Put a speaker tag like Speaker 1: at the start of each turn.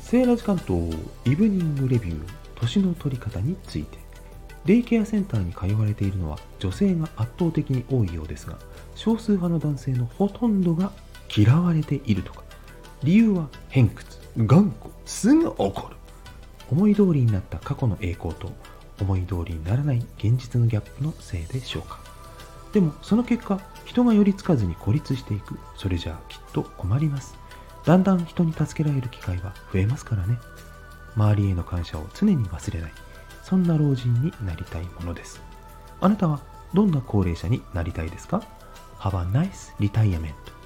Speaker 1: セーラー時関東イブニングレビュー、年の取り方について。デイケアセンターに通われているのは女性が圧倒的に多いようですが、少数派の男性のほとんどが嫌われているとか。理由は偏屈、頑固、すぐ怒る。思い通りになった過去の栄光と思い通りにならない現実のギャップのせいでしょうか。でもその結果、人が寄りつかずに孤立していく。それじゃあきっと困ります。だんだん人に助けられる機会は増えますからね。周りへの感謝を常に忘れない、そんな老人になりたいものです。あなたはどんな高齢者になりたいですか？ Have a nice retirement.